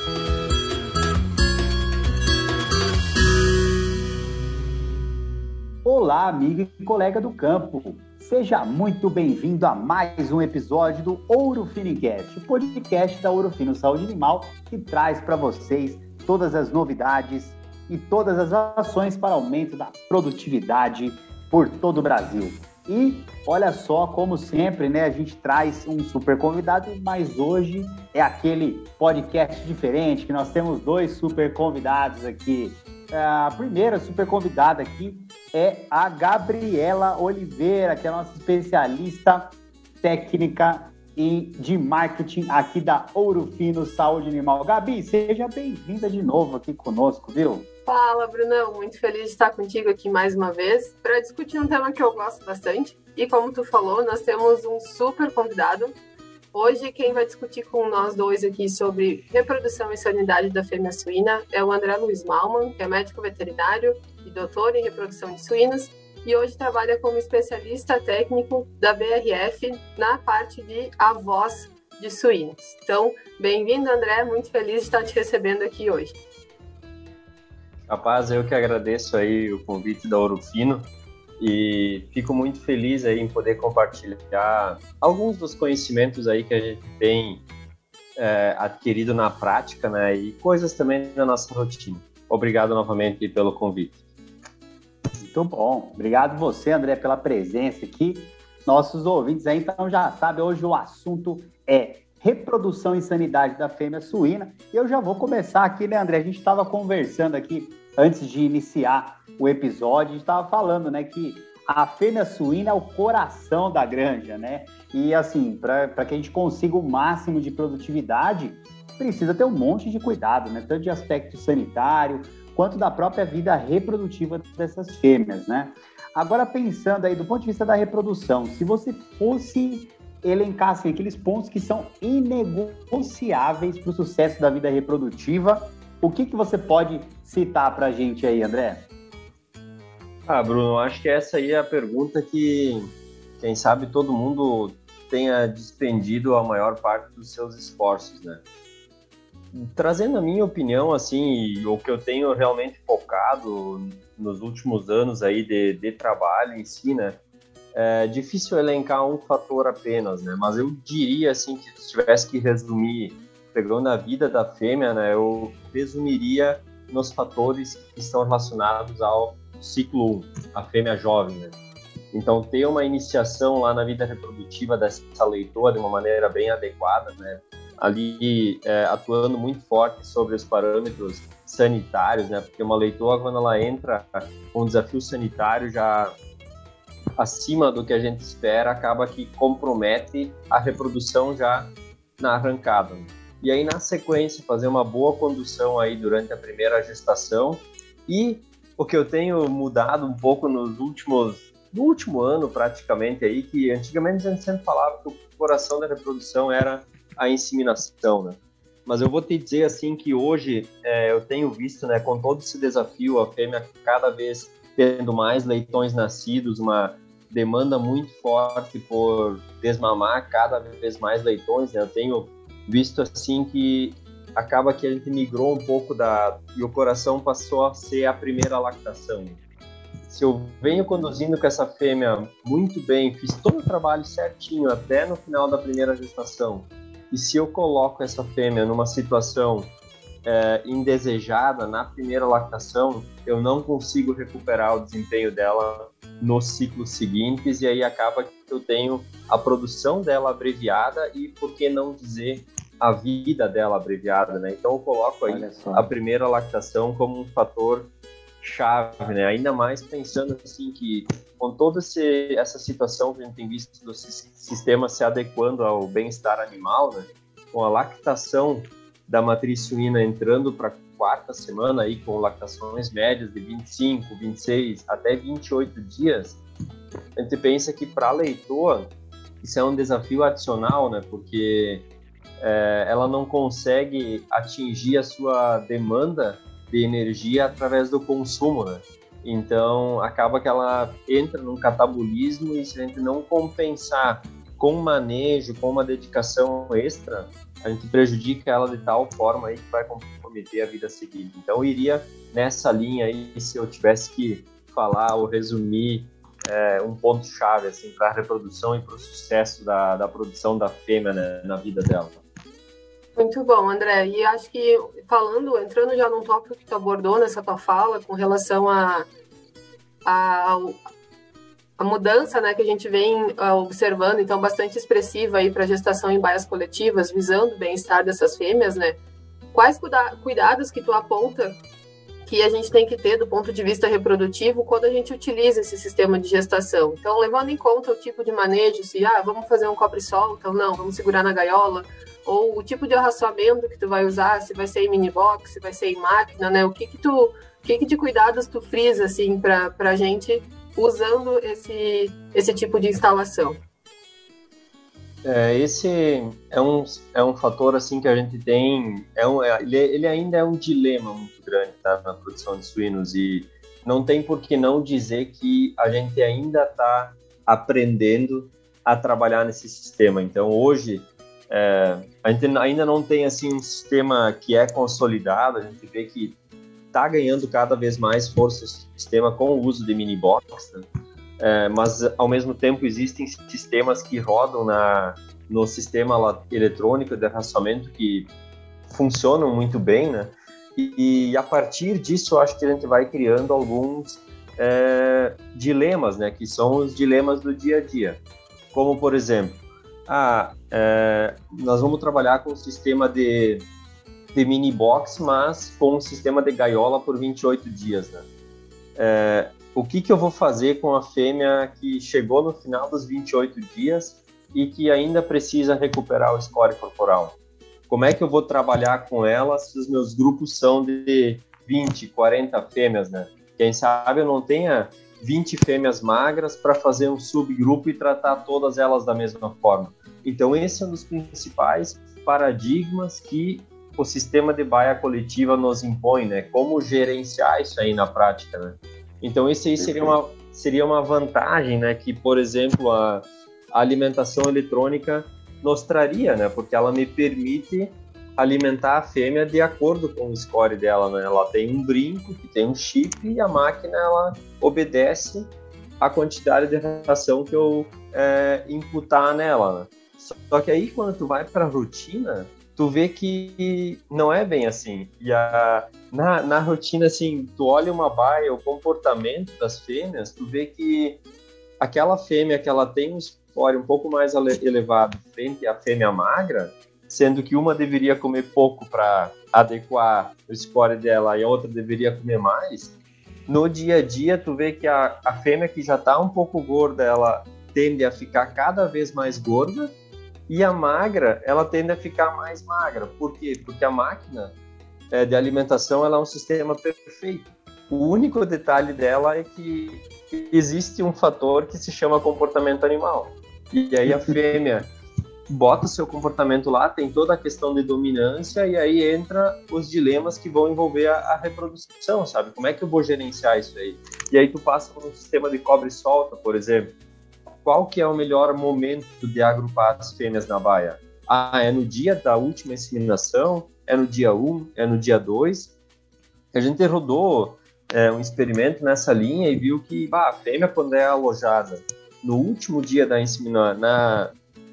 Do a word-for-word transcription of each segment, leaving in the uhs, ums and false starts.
Olá, amigo e colega do campo. Seja muito bem-vindo a mais um episódio do Ouro Finicast, o podcast da Ouro Fino Saúde Animal, que traz para vocês todas as novidades e todas as ações para aumento da produtividade por todo o Brasil. E olha só, como sempre, né, a gente traz um super convidado, mas hoje é aquele podcast diferente, que nós temos dois super convidados aqui. A primeira super convidada aqui é a Gabriela Oliveira, que é a nossa especialista técnica e de marketing aqui da Ouro Fino Saúde Animal. Gabi, seja bem-vinda de novo aqui conosco, viu? Fala, Brunão. Muito feliz de estar contigo aqui mais uma vez para discutir um tema que eu gosto bastante. E como tu falou, nós temos um super convidado. Hoje, quem vai discutir com nós dois aqui sobre reprodução e sanidade da fêmea suína é o André Luiz Malman, que é médico veterinário e doutor em reprodução de suínos, e hoje trabalha como especialista técnico da B R F na parte de avós de suínos. Então, bem-vindo, André, muito feliz de estar te recebendo aqui hoje. Rapaz, eu que agradeço aí o convite da Ouro Fino e fico muito feliz aí em poder compartilhar alguns dos conhecimentos aí que a gente tem é, adquirido na prática, né, e coisas também da nossa rotina. Obrigado novamente pelo convite. Muito bom. Obrigado você, André, pela presença aqui. Nossos ouvintes aí, então, já sabem, hoje o assunto é reprodução e sanidade da fêmea suína. E eu já vou começar aqui, né, André? A gente estava conversando aqui, antes de iniciar o episódio, a gente estava falando, né, que a fêmea suína é o coração da granja, né? E, assim, para que a gente consiga o máximo de produtividade, precisa ter um monte de cuidado, né? Tanto de aspecto sanitário, quanto da própria vida reprodutiva dessas fêmeas, né? Agora, pensando aí do ponto de vista da reprodução, se você fosse elencar assim, aqueles pontos que são inegociáveis para o sucesso da vida reprodutiva, o que, que você pode citar para a gente aí, André? Ah, Bruno, acho que essa aí é a pergunta que, quem sabe, todo mundo tenha despendido a maior parte dos seus esforços, né? Trazendo a minha opinião, assim, o que eu tenho realmente focado nos últimos anos aí de, de trabalho em si, né? É difícil elencar um fator apenas, né? Mas eu diria, assim, que se tivesse que resumir, pegando a vida da fêmea, né? Eu resumiria nos fatores que estão relacionados ao ciclo um, a fêmea jovem, né? Então, ter uma iniciação lá na vida reprodutiva dessa leitoa de uma maneira bem adequada, né? Ali é, atuando muito forte sobre os parâmetros sanitários, né? Porque uma leitoa, quando ela entra com um desafio sanitário já acima do que a gente espera, acaba que compromete a reprodução já na arrancada. E aí, na sequência, fazer uma boa condução aí durante a primeira gestação. E o que eu tenho mudado um pouco nos últimos, no último ano, praticamente, aí, que antigamente a gente sempre falava que o coração da reprodução era a inseminação, né? Mas eu vou te dizer, assim, que hoje é, eu tenho visto, né, com todo esse desafio, a fêmea cada vez tendo mais leitões nascidos, uma demanda muito forte por desmamar cada vez mais leitões, né? Eu tenho visto, assim, que acaba que a gente migrou um pouco da... e o coração passou a ser a primeira lactação. Se eu venho conduzindo com essa fêmea muito bem, fiz todo o trabalho certinho até no final da primeira gestação, e se eu coloco essa fêmea numa situação é, indesejada na primeira lactação, eu não consigo recuperar o desempenho dela nos ciclos seguintes, e aí acaba que eu tenho a produção dela abreviada e, por que não dizer, a vida dela abreviada, né? Então eu coloco aí a primeira lactação como um fator chave, né? Ainda mais pensando assim que com toda esse, essa situação que a gente tem visto do sistema se adequando ao bem-estar animal, né? Com a lactação da matriz suína entrando para a quarta semana aí com lactações médias de vinte e cinco, vinte e seis até vinte e oito dias, a gente pensa que para a leitoa isso é um desafio adicional, né? Porque é, ela não consegue atingir a sua demanda de energia através do consumo, né? Então, acaba que ela entra num catabolismo e se a gente não compensar com manejo, com uma dedicação extra, a gente prejudica ela de tal forma aí que vai comprometer a vida seguinte. Então, eu iria nessa linha aí, se eu tivesse que falar ou resumir é, um ponto-chave assim, para a reprodução e para o sucesso da, da produção da fêmea, né, na vida dela. Muito bom, André. E acho que, falando, entrando já num tópico que tu abordou nessa tua fala, com relação a, a, a mudança, né, que a gente vem uh, observando, então, bastante expressiva aí para a gestação em baias coletivas, visando o bem-estar dessas fêmeas, né? Quais cuida- cuidados que tu aponta que a gente tem que ter do ponto de vista reprodutivo quando a gente utiliza esse sistema de gestação? Então, levando em conta o tipo de manejo, se, ah, vamos fazer um cobre-solta ou não, vamos segurar na gaiola, ou o tipo de arraçoamento que tu vai usar, se vai ser em mini-box, se vai ser em máquina, né? O que que tu, o que que de cuidados tu frisa, assim, para pra gente usando esse, esse tipo de instalação? É, esse é um, é um fator assim que a gente tem, é um, é, ele, ele ainda é um dilema muito grande, tá, na produção de suínos, e não tem por que não dizer que a gente ainda está aprendendo a trabalhar nesse sistema. Então hoje é, a gente ainda não tem assim um sistema que é consolidado, a gente vê que está ganhando cada vez mais força o sistema com o uso de mini box, né? É, mas ao mesmo tempo existem sistemas que rodam na, no sistema eletrônico de arraçoamento que funcionam muito bem, né? E, e a partir disso eu acho que a gente vai criando alguns é, dilemas, né? Que são os dilemas do dia a dia. Como, por exemplo, ah, é, nós vamos trabalhar com um sistema de, de mini box, mas com um sistema de gaiola por vinte e oito dias, né? É, o que, que eu vou fazer com a fêmea que chegou no final dos vinte e oito dias e que ainda precisa recuperar o score corporal? Como é que eu vou trabalhar com ela se os meus grupos são de vinte, quarenta fêmeas, né? Quem sabe eu não tenha vinte fêmeas magras para fazer um subgrupo e tratar todas elas da mesma forma. Então, esse é um dos principais paradigmas que o sistema de baia coletiva nos impõe, né? Como gerenciar isso aí na prática, né? Então, isso aí seria uma, seria uma vantagem, né? Que, por exemplo, a, a alimentação eletrônica nos traria, né? Porque ela me permite alimentar a fêmea de acordo com o score dela, né? Ela tem um brinco, que tem um chip, e a máquina, ela obedece a quantidade de ração que eu é, imputar nela, né? Só que aí, quando tu vai para a rotina, tu vê que não é bem assim. E a, na, na rotina, assim, tu olha uma baia, o comportamento das fêmeas, tu vê que aquela fêmea que ela tem um score um pouco mais elevado frente à fêmea magra, sendo que uma deveria comer pouco para adequar o score dela e a outra deveria comer mais, no dia a dia tu vê que a, a fêmea que já está um pouco gorda, ela tende a ficar cada vez mais gorda, e a magra, ela tende a ficar mais magra. Por quê? Porque a máquina é, de alimentação, ela é um sistema perfeito. O único detalhe dela é que existe um fator que se chama comportamento animal. E aí a fêmea bota o seu comportamento lá, tem toda a questão de dominância, e aí entra os dilemas que vão envolver a, a reprodução, sabe? Como é que eu vou gerenciar isso aí? E aí tu passa por um sistema de cobre-solta, por exemplo. Qual que é o melhor momento de agrupar as fêmeas na baia? Ah, é no dia da última inseminação? É no dia um? É no dia dois? A gente rodou é, um experimento nessa linha e viu que bah, a fêmea, quando é alojada no último dia da inseminação, na,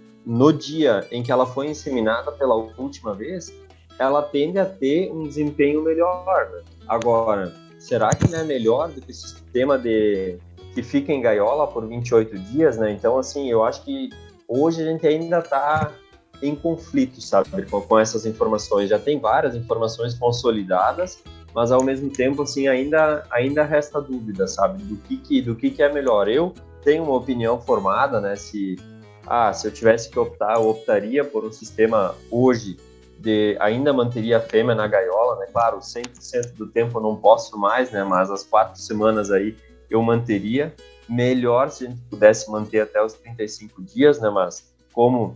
no dia em que ela foi inseminada pela última vez, ela tende a ter um desempenho melhor, né? Agora, será que não é melhor do que o sistema de... que fica em gaiola por vinte e oito dias, né? Então, assim, eu acho que hoje a gente ainda está em conflito, sabe, com, com essas informações. Já tem várias informações consolidadas, mas ao mesmo tempo, assim, ainda, ainda resta dúvida, sabe, do que, que, do que, que é melhor. Eu tenho uma opinião formada, né? Se, ah, se eu tivesse que optar, eu optaria por um sistema hoje de ainda manteria a fêmea na gaiola, né? Claro, cem por cento do tempo eu não posso mais, né? Mas as quatro semanas aí eu manteria. Melhor se a gente pudesse manter até os trinta e cinco dias, né? Mas como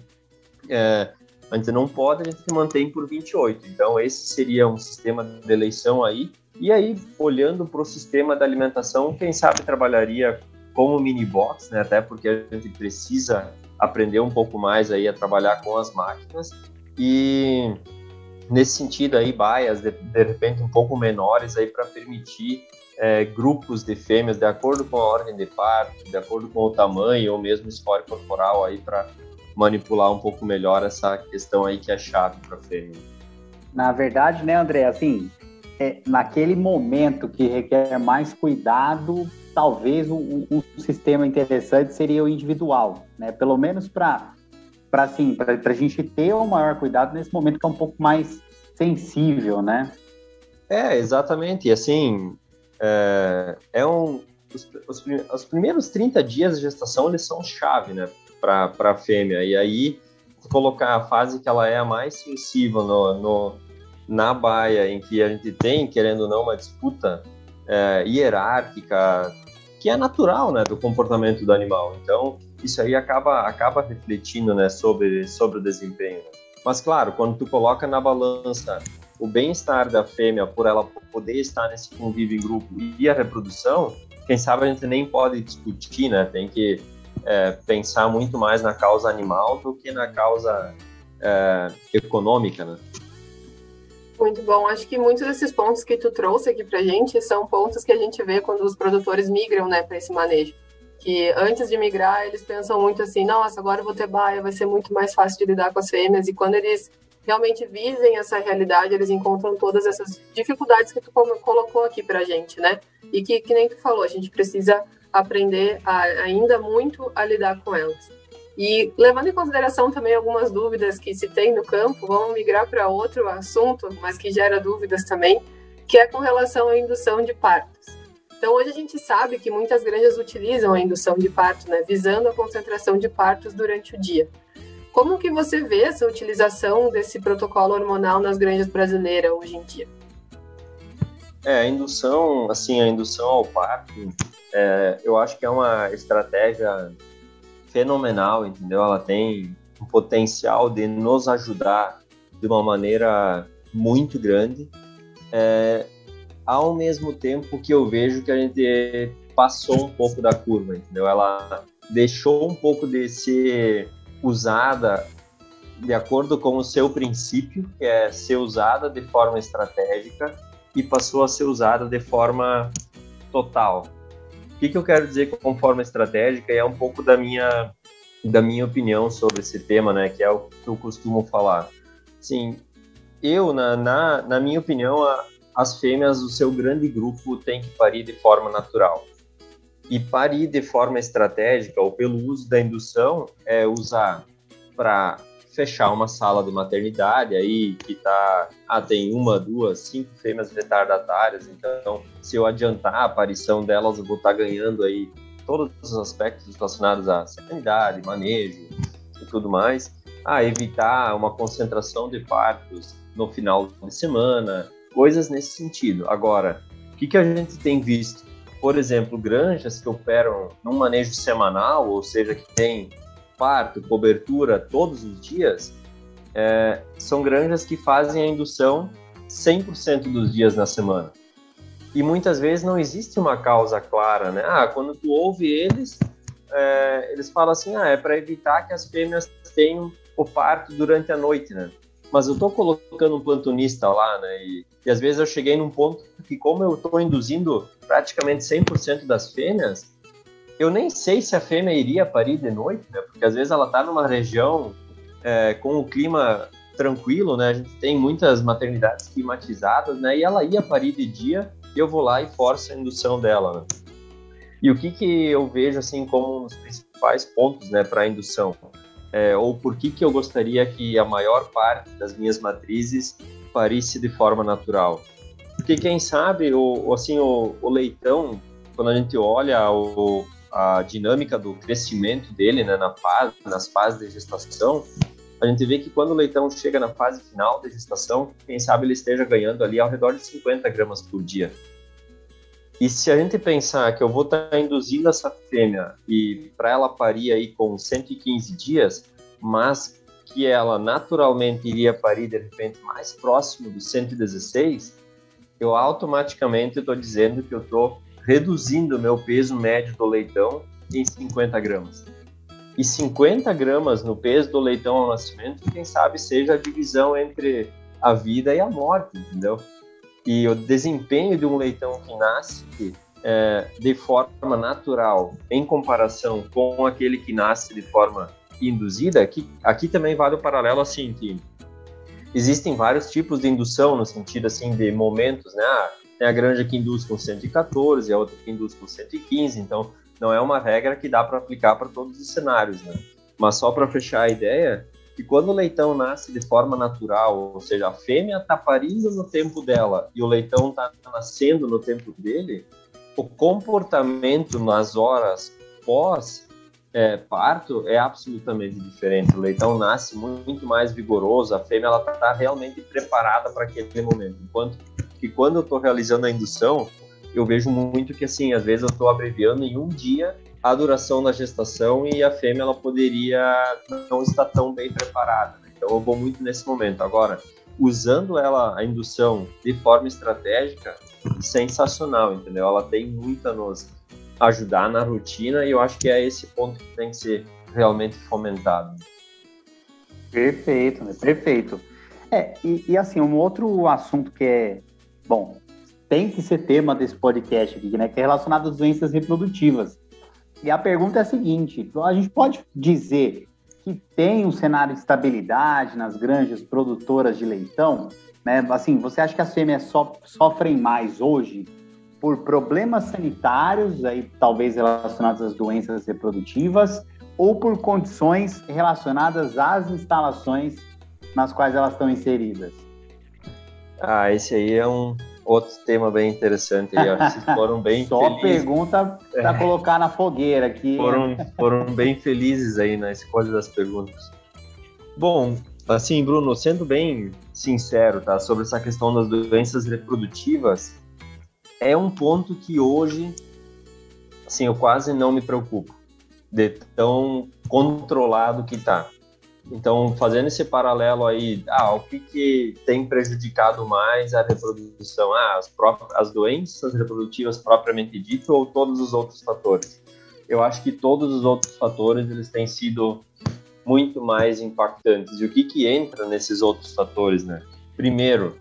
é, a gente não pode, a gente mantém por vinte e oito. Então, esse seria um sistema de eleição aí. E aí, olhando para o sistema da alimentação, quem sabe trabalharia como mini box, né? Até porque a gente precisa aprender um pouco mais aí a trabalhar com as máquinas. e nesse sentido aí, baias de, de repente um pouco menores aí para permitir é, grupos de fêmeas de acordo com a ordem de parto, de acordo com o tamanho ou mesmo score corporal aí para manipular um pouco melhor essa questão aí que é chave para a fêmea. Na verdade, né, André, assim, é, naquele momento que requer mais cuidado, talvez um, um sistema interessante seria o individual, né? Pelo menos para para assim, para a gente ter o maior cuidado nesse momento que é um pouco mais sensível, né? É, exatamente. E assim, é, é um, os, os, os primeiros trinta dias de gestação, eles são chave, né, para a fêmea. E aí, colocar a fase que ela é a mais sensível no, no, na baia, em que a gente tem, querendo ou não, uma disputa é, hierárquica, que é natural, né, do comportamento do animal. Então, isso aí acaba, acaba refletindo, né, sobre, sobre o desempenho. Mas, claro, quando tu coloca na balança o bem-estar da fêmea, por ela poder estar nesse convívio em grupo e a reprodução, quem sabe a gente nem pode discutir, né? Tem que é, pensar muito mais na causa animal do que na causa é, econômica, né? Muito bom. Acho que muitos desses pontos que tu trouxe aqui pra gente são pontos que a gente vê quando os produtores migram, né, para esse manejo. Que antes de migrar, eles pensam muito assim, nossa, agora eu vou ter baia, vai ser muito mais fácil de lidar com as fêmeas. E quando eles realmente visem essa realidade, eles encontram todas essas dificuldades que tu colocou aqui pra gente, né? E que, que nem tu falou, a gente precisa aprender a, ainda muito a lidar com elas. E levando em consideração também algumas dúvidas que se tem no campo, vamos migrar para outro assunto, mas que gera dúvidas também, que é com relação à indução de partos. Então, hoje a gente sabe que muitas granjas utilizam a indução de parto, né, visando a concentração de partos durante o dia. Como que você vê essa utilização desse protocolo hormonal nas granjas brasileiras hoje em dia? É, a indução, assim, a indução ao parto, é, eu acho que é uma estratégia fenomenal, entendeu? Ela tem um potencial de nos ajudar de uma maneira muito grande, é, ao mesmo tempo que eu vejo que a gente passou um pouco da curva, entendeu? Ela deixou um pouco de ser usada de acordo com o seu princípio, que é ser usada de forma estratégica, e passou a ser usada de forma total. O que, que eu quero dizer com forma estratégica? É um pouco da minha, da minha opinião sobre esse tema, né? Que é o que eu costumo falar. Sim, eu, na, na, na minha opinião, a, as fêmeas, o seu grande grupo tem que parir de forma natural. E parir de forma estratégica, ou pelo uso da indução, é usar para fechar uma sala de maternidade aí que tá, ah, tem uma, duas, cinco fêmeas retardatárias, então se eu adiantar a aparição delas, eu vou estar ganhando aí todos os aspectos relacionados à sanidade, manejo e tudo mais. Ah, evitar uma concentração de partos no final de semana, coisas nesse sentido. Agora, o que, que a gente tem visto? Por exemplo, granjas que operam num manejo semanal, ou seja, que tem parto, cobertura todos os dias, é, são granjas que fazem a indução cem por cento dos dias na semana. E muitas vezes não existe uma causa clara, né? Ah, quando tu ouve eles, é, eles falam assim, ah, é para evitar que as fêmeas tenham o parto durante a noite, né? Mas eu tô colocando um plantonista lá, né? E, e às vezes eu cheguei num ponto que, como eu tô induzindo praticamente cem por cento das fêmeas, eu nem sei se a fêmea iria parir de noite, né? Porque às vezes ela tá numa região é, com o clima tranquilo, né? A gente tem muitas maternidades climatizadas, né? E ela ia parir de dia e eu vou lá e forço a indução dela, né? E o que que eu vejo, assim, como um dos principais pontos, né, para a indução? É, ou por que que eu gostaria que a maior parte das minhas matrizes parisse de forma natural? Porque quem sabe, o, assim, o, o leitão, quando a gente olha o, a dinâmica do crescimento dele, né, na fase, nas fases de gestação, a gente vê que quando o leitão chega na fase final da gestação, quem sabe ele esteja ganhando ali ao redor de cinquenta gramas por dia. E se a gente pensar que eu vou estar induzindo essa fêmea e para ela parir aí com cento e quinze dias, mas que ela naturalmente iria parir de repente mais próximo dos cento e dezesseis, eu automaticamente estou dizendo que eu estou reduzindo o meu peso médio do leitão em cinquenta gramas. e cinquenta gramas no peso do leitão ao nascimento, quem sabe seja a divisão entre a vida e a morte, entendeu? E o desempenho de um leitão que nasce é, de forma natural, em comparação com aquele que nasce de forma induzida, aqui, aqui também vale o paralelo assim, que existem vários tipos de indução, no sentido assim de momentos, né? Ah, tem a granja que induz com cento e quatorze, a outra que induz com cento e quinze, então não é uma regra que dá para aplicar para todos os cenários, né? Mas só para fechar a ideia, que quando o leitão nasce de forma natural, ou seja, a fêmea está parindo no tempo dela e o leitão está nascendo no tempo dele, o comportamento nas horas pós é, parto é absolutamente diferente. O leitão nasce muito mais vigoroso, a fêmea está realmente preparada para aquele momento. Enquanto que quando eu estou realizando a indução, eu vejo muito que, assim, às vezes eu estou abreviando em um dia a duração da gestação e a fêmea ela poderia não estar tão bem preparada, né? Então eu vou muito nesse momento. Agora, usando ela, a indução, de forma estratégica, sensacional, entendeu? Ela tem muito a nos ajudar na rotina e eu acho que é esse ponto que tem que ser realmente fomentado. Perfeito, né? Perfeito. É, e, e assim, um outro assunto que é, bom, tem que ser tema desse podcast aqui, né? Que é relacionado às doenças reprodutivas. E a pergunta é a seguinte: a gente pode dizer que tem um cenário de estabilidade nas granjas produtoras de leitão, né? Assim, você acha que as fêmeas so, sofrem mais hoje por problemas sanitários, aí talvez relacionados às doenças reprodutivas, ou por condições relacionadas às instalações nas quais elas estão inseridas? Ah, esse aí é um outro tema bem interessante. Aí, vocês foram bem Só felizes. Pergunta para é. colocar na fogueira aqui. Foram, foram bem felizes aí na escolha das perguntas. Bom, assim, Bruno, sendo bem sincero, tá, sobre essa questão das doenças reprodutivas, é um ponto que hoje, assim, eu quase não me preocupo de tão controlado que tá. Então, fazendo esse paralelo aí, ah, o que, que tem prejudicado mais a reprodução? Ah, as, próprias, as doenças reprodutivas propriamente dito ou todos os outros fatores? Eu acho que todos os outros fatores eles têm sido muito mais impactantes. E o que, que entra nesses outros fatores, né? Primeiro,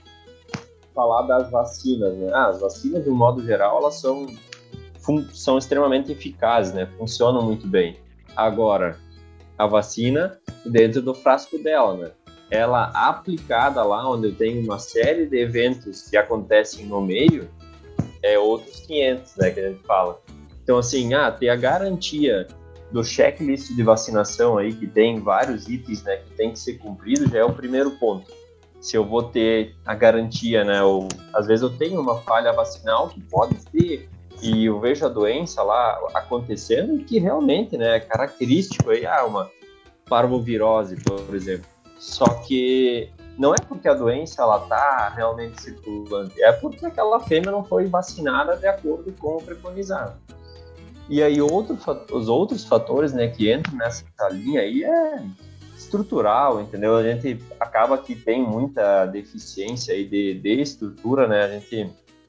falar das vacinas, né? Ah, as vacinas, de um modo geral, elas são, fun- são extremamente eficazes, né? Funcionam muito bem. Agora, a vacina dentro do frasco dela, né? Ela aplicada lá onde eu tenho uma série de eventos que acontecem no meio, é outros quinhentos, né, que a gente fala. Então, assim, ah, ter a garantia do checklist de vacinação aí, que tem vários itens, né, que tem que ser cumprido, já é o primeiro ponto. Se eu vou ter a garantia, né, ou às vezes eu tenho uma falha vacinal que pode ter, e eu vejo a doença lá acontecendo, que realmente, né, é característico aí, ah, uma parvovirose, por exemplo. Só que não é porque a doença ela tá realmente circulante, é porque aquela fêmea não foi vacinada de acordo com o preconizado. E aí outro, os outros fatores, né, que entram nessa linha aí é estrutural, entendeu? A gente acaba que tem muita deficiência aí de, de estrutura, né? A gente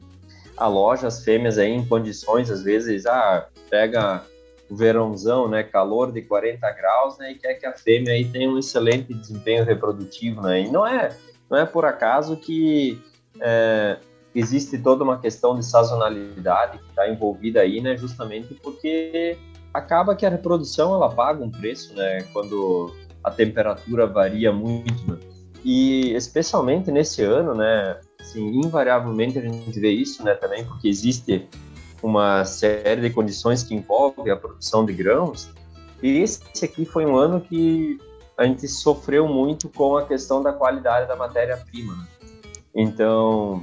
aloja as fêmeas aí em condições, às vezes, ah, pega o verãozão, né, calor de quarenta graus, né, e quer que a fêmea aí tenha um excelente desempenho reprodutivo, né, e não é, não é por acaso que é, existe toda uma questão de sazonalidade que está envolvida aí, né, justamente porque acaba que a reprodução, ela paga um preço, né, quando a temperatura varia muito, né, e especialmente nesse ano, né, assim, invariavelmente a gente vê isso, né, também, porque existe uma série de condições que envolvem a produção de grãos, e esse aqui foi um ano que a gente sofreu muito com a questão da qualidade da matéria-prima. Então,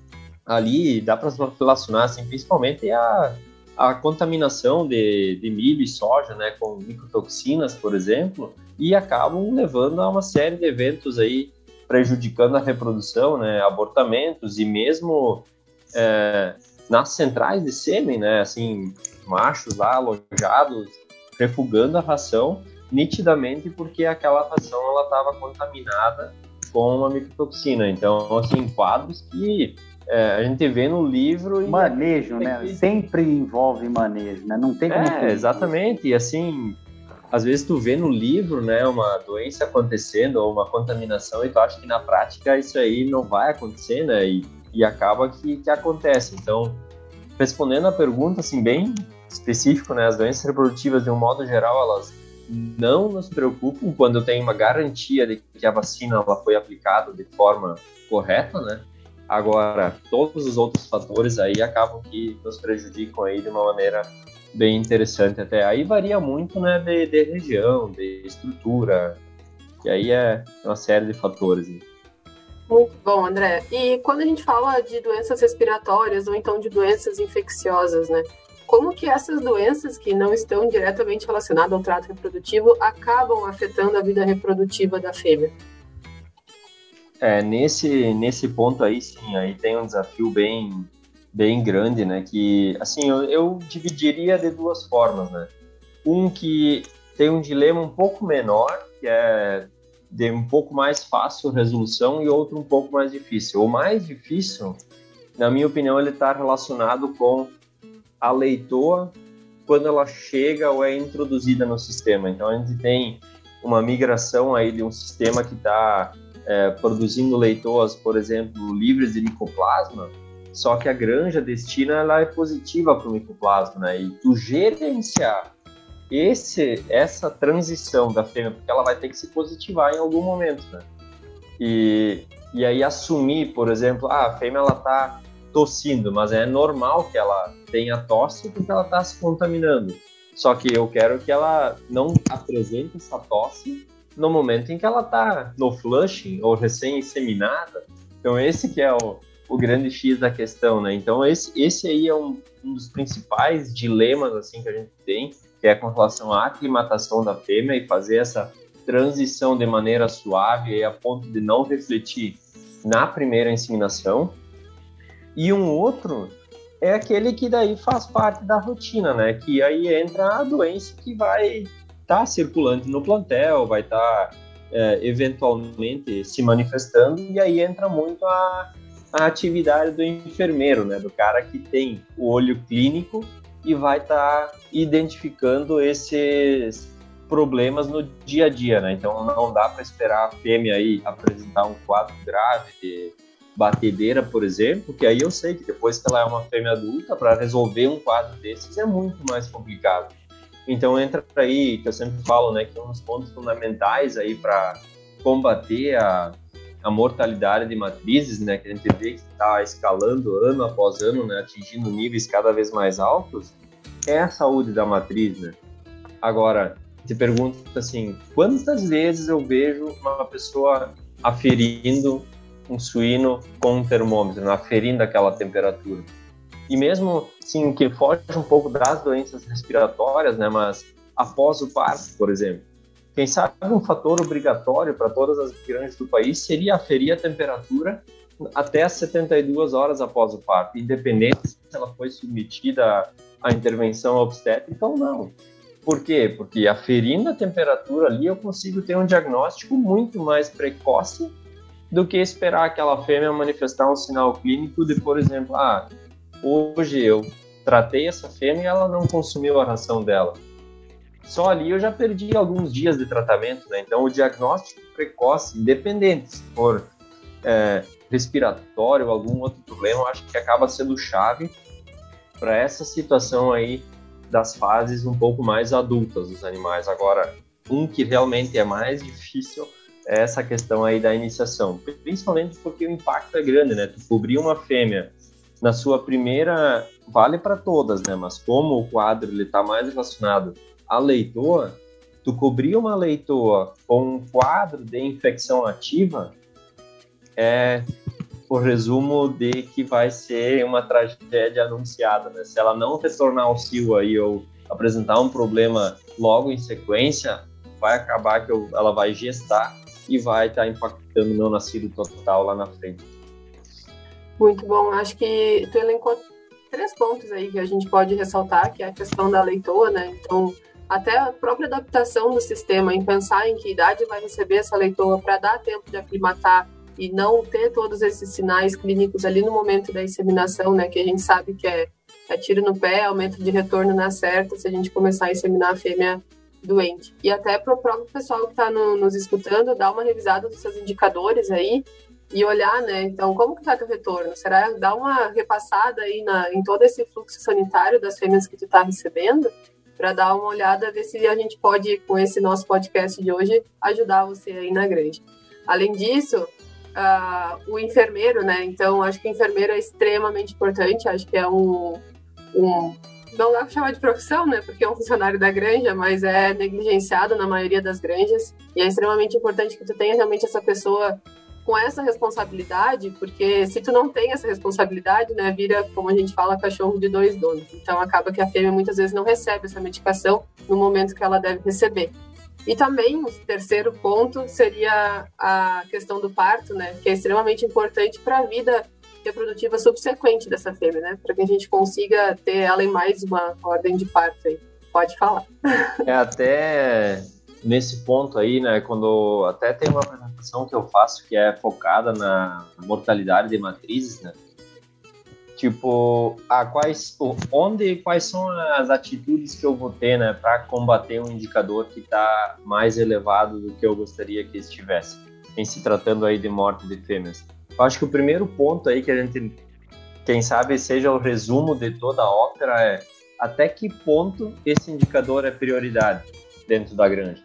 ali dá para relacionar, assim, principalmente a, a contaminação de, de milho e soja, né, com micotoxinas, por exemplo, e acabam levando a uma série de eventos aí, prejudicando a reprodução, né, abortamentos e mesmo é, nas centrais de sêmen, né, assim, machos lá alojados, refugando a ração, nitidamente porque aquela ração ela estava contaminada com uma micotoxina. Então, assim, quadros que é, a gente vê no livro... E manejo, né? Que... Sempre envolve manejo, né? Não tem como... É, exatamente. E, assim, às vezes tu vê no livro, né, uma doença acontecendo ou uma contaminação e tu acha que na prática isso aí não vai acontecer, né, e, e acaba que, que acontece. Então, respondendo a pergunta, assim, bem específico, né, as doenças reprodutivas, de um modo geral, elas não nos preocupam quando eu tenho uma garantia de que a vacina ela foi aplicada de forma correta, né? Agora, todos os outros fatores aí acabam que nos prejudicam aí de uma maneira bem interessante até. Aí varia muito, né, de, de região, de estrutura, e aí é uma série de fatores, né? Muito bom, André. E quando a gente fala de doenças respiratórias ou então de doenças infecciosas, né? Como que essas doenças que não estão diretamente relacionadas ao trato reprodutivo acabam afetando a vida reprodutiva da fêmea? É, nesse, nesse ponto aí, sim, aí tem um desafio bem, bem grande, né? Que, assim, eu, eu dividiria de duas formas, né? Um que tem um dilema um pouco menor, que é de um pouco mais fácil resolução, e outro um pouco mais difícil. O mais difícil, na minha opinião, ele está relacionado com a leitoa quando ela chega ou é introduzida no sistema. Então, a gente tem uma migração aí de um sistema que está é, produzindo leitoas, por exemplo, livres de micoplasma, só que a granja destina ela é positiva para o micoplasma, né? E tu gerenciar esse, essa transição da fêmea, porque ela vai ter que se positivar em algum momento, né? E, e aí assumir, por exemplo, ah, a fêmea ela está tossindo, mas é normal que ela tenha tosse porque ela está se contaminando. Só que eu quero que ela não apresente essa tosse no momento em que ela está no flushing ou recém-inseminada. Então esse que é o, o grande X da questão, né? Então esse, esse aí é um, um dos principais dilemas assim, que a gente tem, que é com relação à aclimatação da fêmea e fazer essa transição de maneira suave a ponto de não refletir na primeira inseminação. E um outro é aquele que daí faz parte da rotina, né? Que aí entra a doença que vai estar tá circulante no plantel, vai estar tá, é, eventualmente se manifestando, e aí entra muito a, a atividade do enfermeiro, né? Do cara que tem o olho clínico e vai estar tá identificando esses problemas no dia a dia, né? Então não dá para esperar a fêmea aí apresentar um quadro grave de batedeira, por exemplo, que aí eu sei que depois que ela é uma fêmea adulta, para resolver um quadro desses é muito mais complicado. Então entra aí, que eu sempre falo, né, que um dos pontos fundamentais aí para combater a, a mortalidade de matrizes, né, que a gente vê que está escalando ano após ano, né, atingindo níveis cada vez mais altos, é a saúde da matriz, né? Agora, te pergunto assim, quantas vezes eu vejo uma pessoa aferindo um suíno com um termômetro, né, aferindo aquela temperatura? E mesmo, sim, que foge um pouco das doenças respiratórias, né, mas após o parto, por exemplo, quem sabe um fator obrigatório para todas as granjas do país seria aferir a temperatura até setenta e duas horas após o parto, independente se ela foi submetida à intervenção obstétrica ou não. Por quê? Porque aferindo a temperatura ali eu consigo ter um diagnóstico muito mais precoce do que esperar aquela fêmea manifestar um sinal clínico de, por exemplo, ah, hoje eu tratei essa fêmea e ela não consumiu a ração dela. Só ali eu já perdi alguns dias de tratamento, né? Então o diagnóstico precoce, independente se for é, respiratório ou algum outro problema, eu acho que acaba sendo chave para essa situação aí das fases um pouco mais adultas dos animais. Agora, um que realmente é mais difícil é essa questão aí da iniciação, principalmente porque o impacto é grande, né? Tu cobrir uma fêmea na sua primeira, vale para todas, né? Mas como o quadro ele está mais relacionado à leitoa, tu cobrir uma leitoa com um quadro de infecção ativa é o resumo de que vai ser uma tragédia anunciada, né? Se ela não retornar ao cio aí ou apresentar um problema logo em sequência, vai acabar que eu, ela vai gestar e vai estar tá impactando o meu nascido total lá na frente. Muito bom. Acho que tu elencou três pontos aí que a gente pode ressaltar, que é a questão da leitoa, né? Então, até a própria adaptação do sistema, em pensar em que idade vai receber essa leitoa para dar tempo de aclimatar e não ter todos esses sinais clínicos ali no momento da inseminação, né? Que a gente sabe que é, é tiro no pé, aumento de retorno na certa, se a gente começar a inseminar a fêmea doente. E até para o próprio pessoal que está no, nos escutando, dar uma revisada dos seus indicadores aí e olhar, né? Então, como que está teu retorno? Será dar uma repassada aí na, em todo esse fluxo sanitário das fêmeas que tu está recebendo, para dar uma olhada, ver se a gente pode, com esse nosso podcast de hoje, ajudar você aí na granja. Além disso, uh, o enfermeiro, né? Então, acho que o enfermeiro é extremamente importante, acho que é um... um não dá para chamar de profissão, né? Porque é um funcionário da granja, mas é negligenciado na maioria das granjas. E é extremamente importante que tu tenha realmente essa pessoa com essa responsabilidade, porque se tu não tem essa responsabilidade, né, vira, como a gente fala, cachorro de dois donos. Então acaba que a fêmea muitas vezes não recebe essa medicação no momento que ela deve receber. E também o terceiro ponto seria a questão do parto, né, que é extremamente importante para a vida reprodutiva subsequente dessa fêmea, né, para que a gente consiga ter ela em mais uma ordem de parto aí. Pode falar. É até nesse ponto aí, né, quando até tem uma apresentação que eu faço que é focada na mortalidade de matrizes, né, tipo, a quais, onde, quais são as atitudes que eu vou ter, né, para combater um indicador que está mais elevado do que eu gostaria que estivesse, em se tratando aí de morte de fêmeas. Eu acho que o primeiro ponto aí que a gente, quem sabe, seja o resumo de toda a ópera é até que ponto esse indicador é prioridade dentro da granja.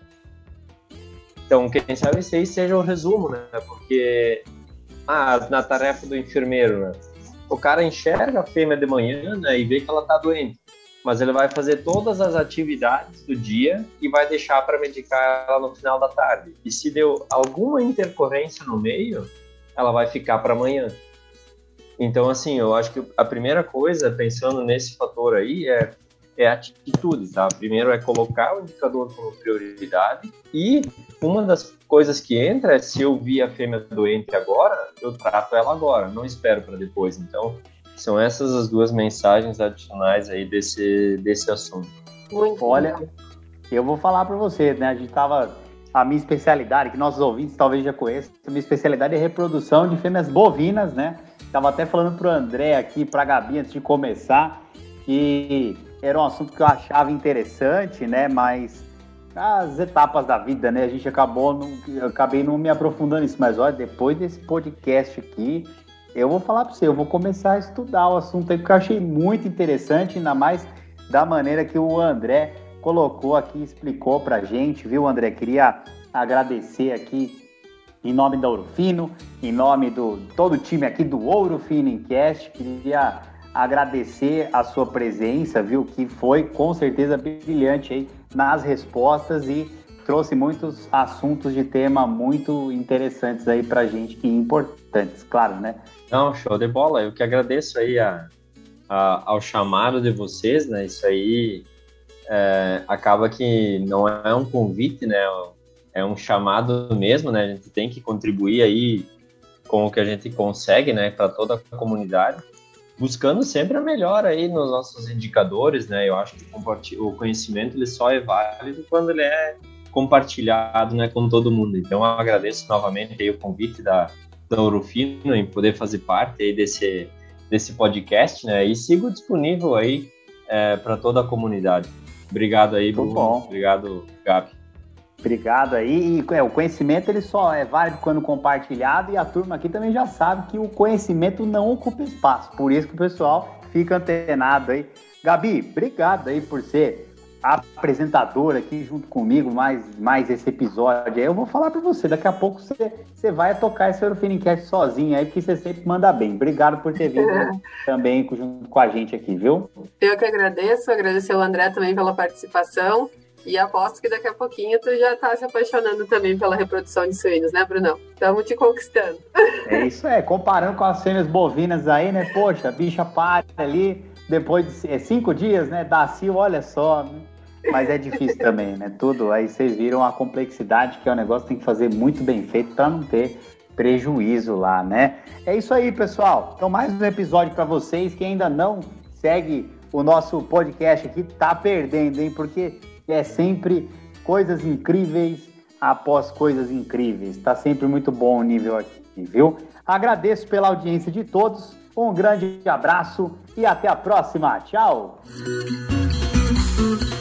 Então, quem sabe esse aí seja o resumo, né? Porque ah, na tarefa do enfermeiro, né? O cara enxerga a fêmea de manhã, né, e vê que ela está doente, mas ele vai fazer todas as atividades do dia e vai deixar para medicar ela no final da tarde. E se deu alguma intercorrência no meio, ela vai ficar para amanhã. Então, assim, eu acho que a primeira coisa, pensando nesse fator aí, é, é atitude, tá? Primeiro é colocar o indicador como prioridade e uma das coisas que entra é se eu vi a fêmea doente agora, eu trato ela agora, não espero para depois. Então, são essas as duas mensagens adicionais aí desse, desse assunto. Muito Olha, bom. Eu vou falar para você, né? A gente tava... A minha especialidade, que nossos ouvintes talvez já conheçam, a minha especialidade é reprodução de fêmeas bovinas, né? Estava até falando para o André aqui, para a Gabi, antes de começar, que era um assunto que eu achava interessante, né? Mas as etapas da vida, né? A gente acabou, não, eu acabei não me aprofundando nisso. Mas olha, depois desse podcast aqui, eu vou falar para você, eu vou começar a estudar o assunto aí, porque eu achei muito interessante, ainda mais da maneira que o André colocou aqui, explicou pra gente, viu, André? Queria agradecer aqui em nome da Ouro Fino, em nome do todo o time aqui do Ouro Fino Incast, queria agradecer a sua presença, viu, que foi com certeza brilhante aí nas respostas e trouxe muitos assuntos de tema muito interessantes aí pra gente e importantes, claro, né? Não, show de bola, eu que agradeço aí a, a, ao chamado de vocês, né, isso aí... É, acaba que não é um convite, né? É um chamado mesmo, né? A gente tem que contribuir aí com o que a gente consegue, né? Para toda a comunidade, buscando sempre a melhora aí nos nossos indicadores, né? Eu acho que o conhecimento ele só é válido quando ele é compartilhado, né? Com todo mundo. Então eu agradeço novamente aí o convite da, da Ouro Fino em poder fazer parte aí desse, desse podcast, né? E sigo disponível aí é, para toda a comunidade. Obrigado aí, Bruno. Bom. Obrigado, Gabi. Obrigado aí. E é, o conhecimento ele só é válido quando compartilhado e a turma aqui também já sabe que o conhecimento não ocupa espaço. Por isso que o pessoal fica antenado aí. Gabi, obrigado aí por ser a apresentadora aqui junto comigo, mais, mais esse episódio aí. Eu vou falar para você, daqui a pouco você, você vai tocar esse Eurofinincast sozinho aí, porque você sempre manda bem. Obrigado por ter vindo também junto com a gente aqui, viu? Eu que agradeço, agradecer o André também pela participação e aposto que daqui a pouquinho tu já tá se apaixonando também pela reprodução de suínos, né, Brunão? Estamos te conquistando. É isso aí, comparando com as fêmeas bovinas aí, né, poxa, a bicha para ali, depois de é, cinco dias, né, dá cio, olha só, né? Mas é difícil também, né? Tudo. Aí vocês viram a complexidade que é o negócio, tem que fazer muito bem feito para não ter prejuízo lá, né? É isso aí, pessoal. Então, mais um episódio para vocês que ainda não segue o nosso podcast aqui, tá perdendo, hein? Porque é sempre coisas incríveis após coisas incríveis. Tá sempre muito bom o nível aqui, viu? Agradeço pela audiência de todos. Um grande abraço e até a próxima. Tchau!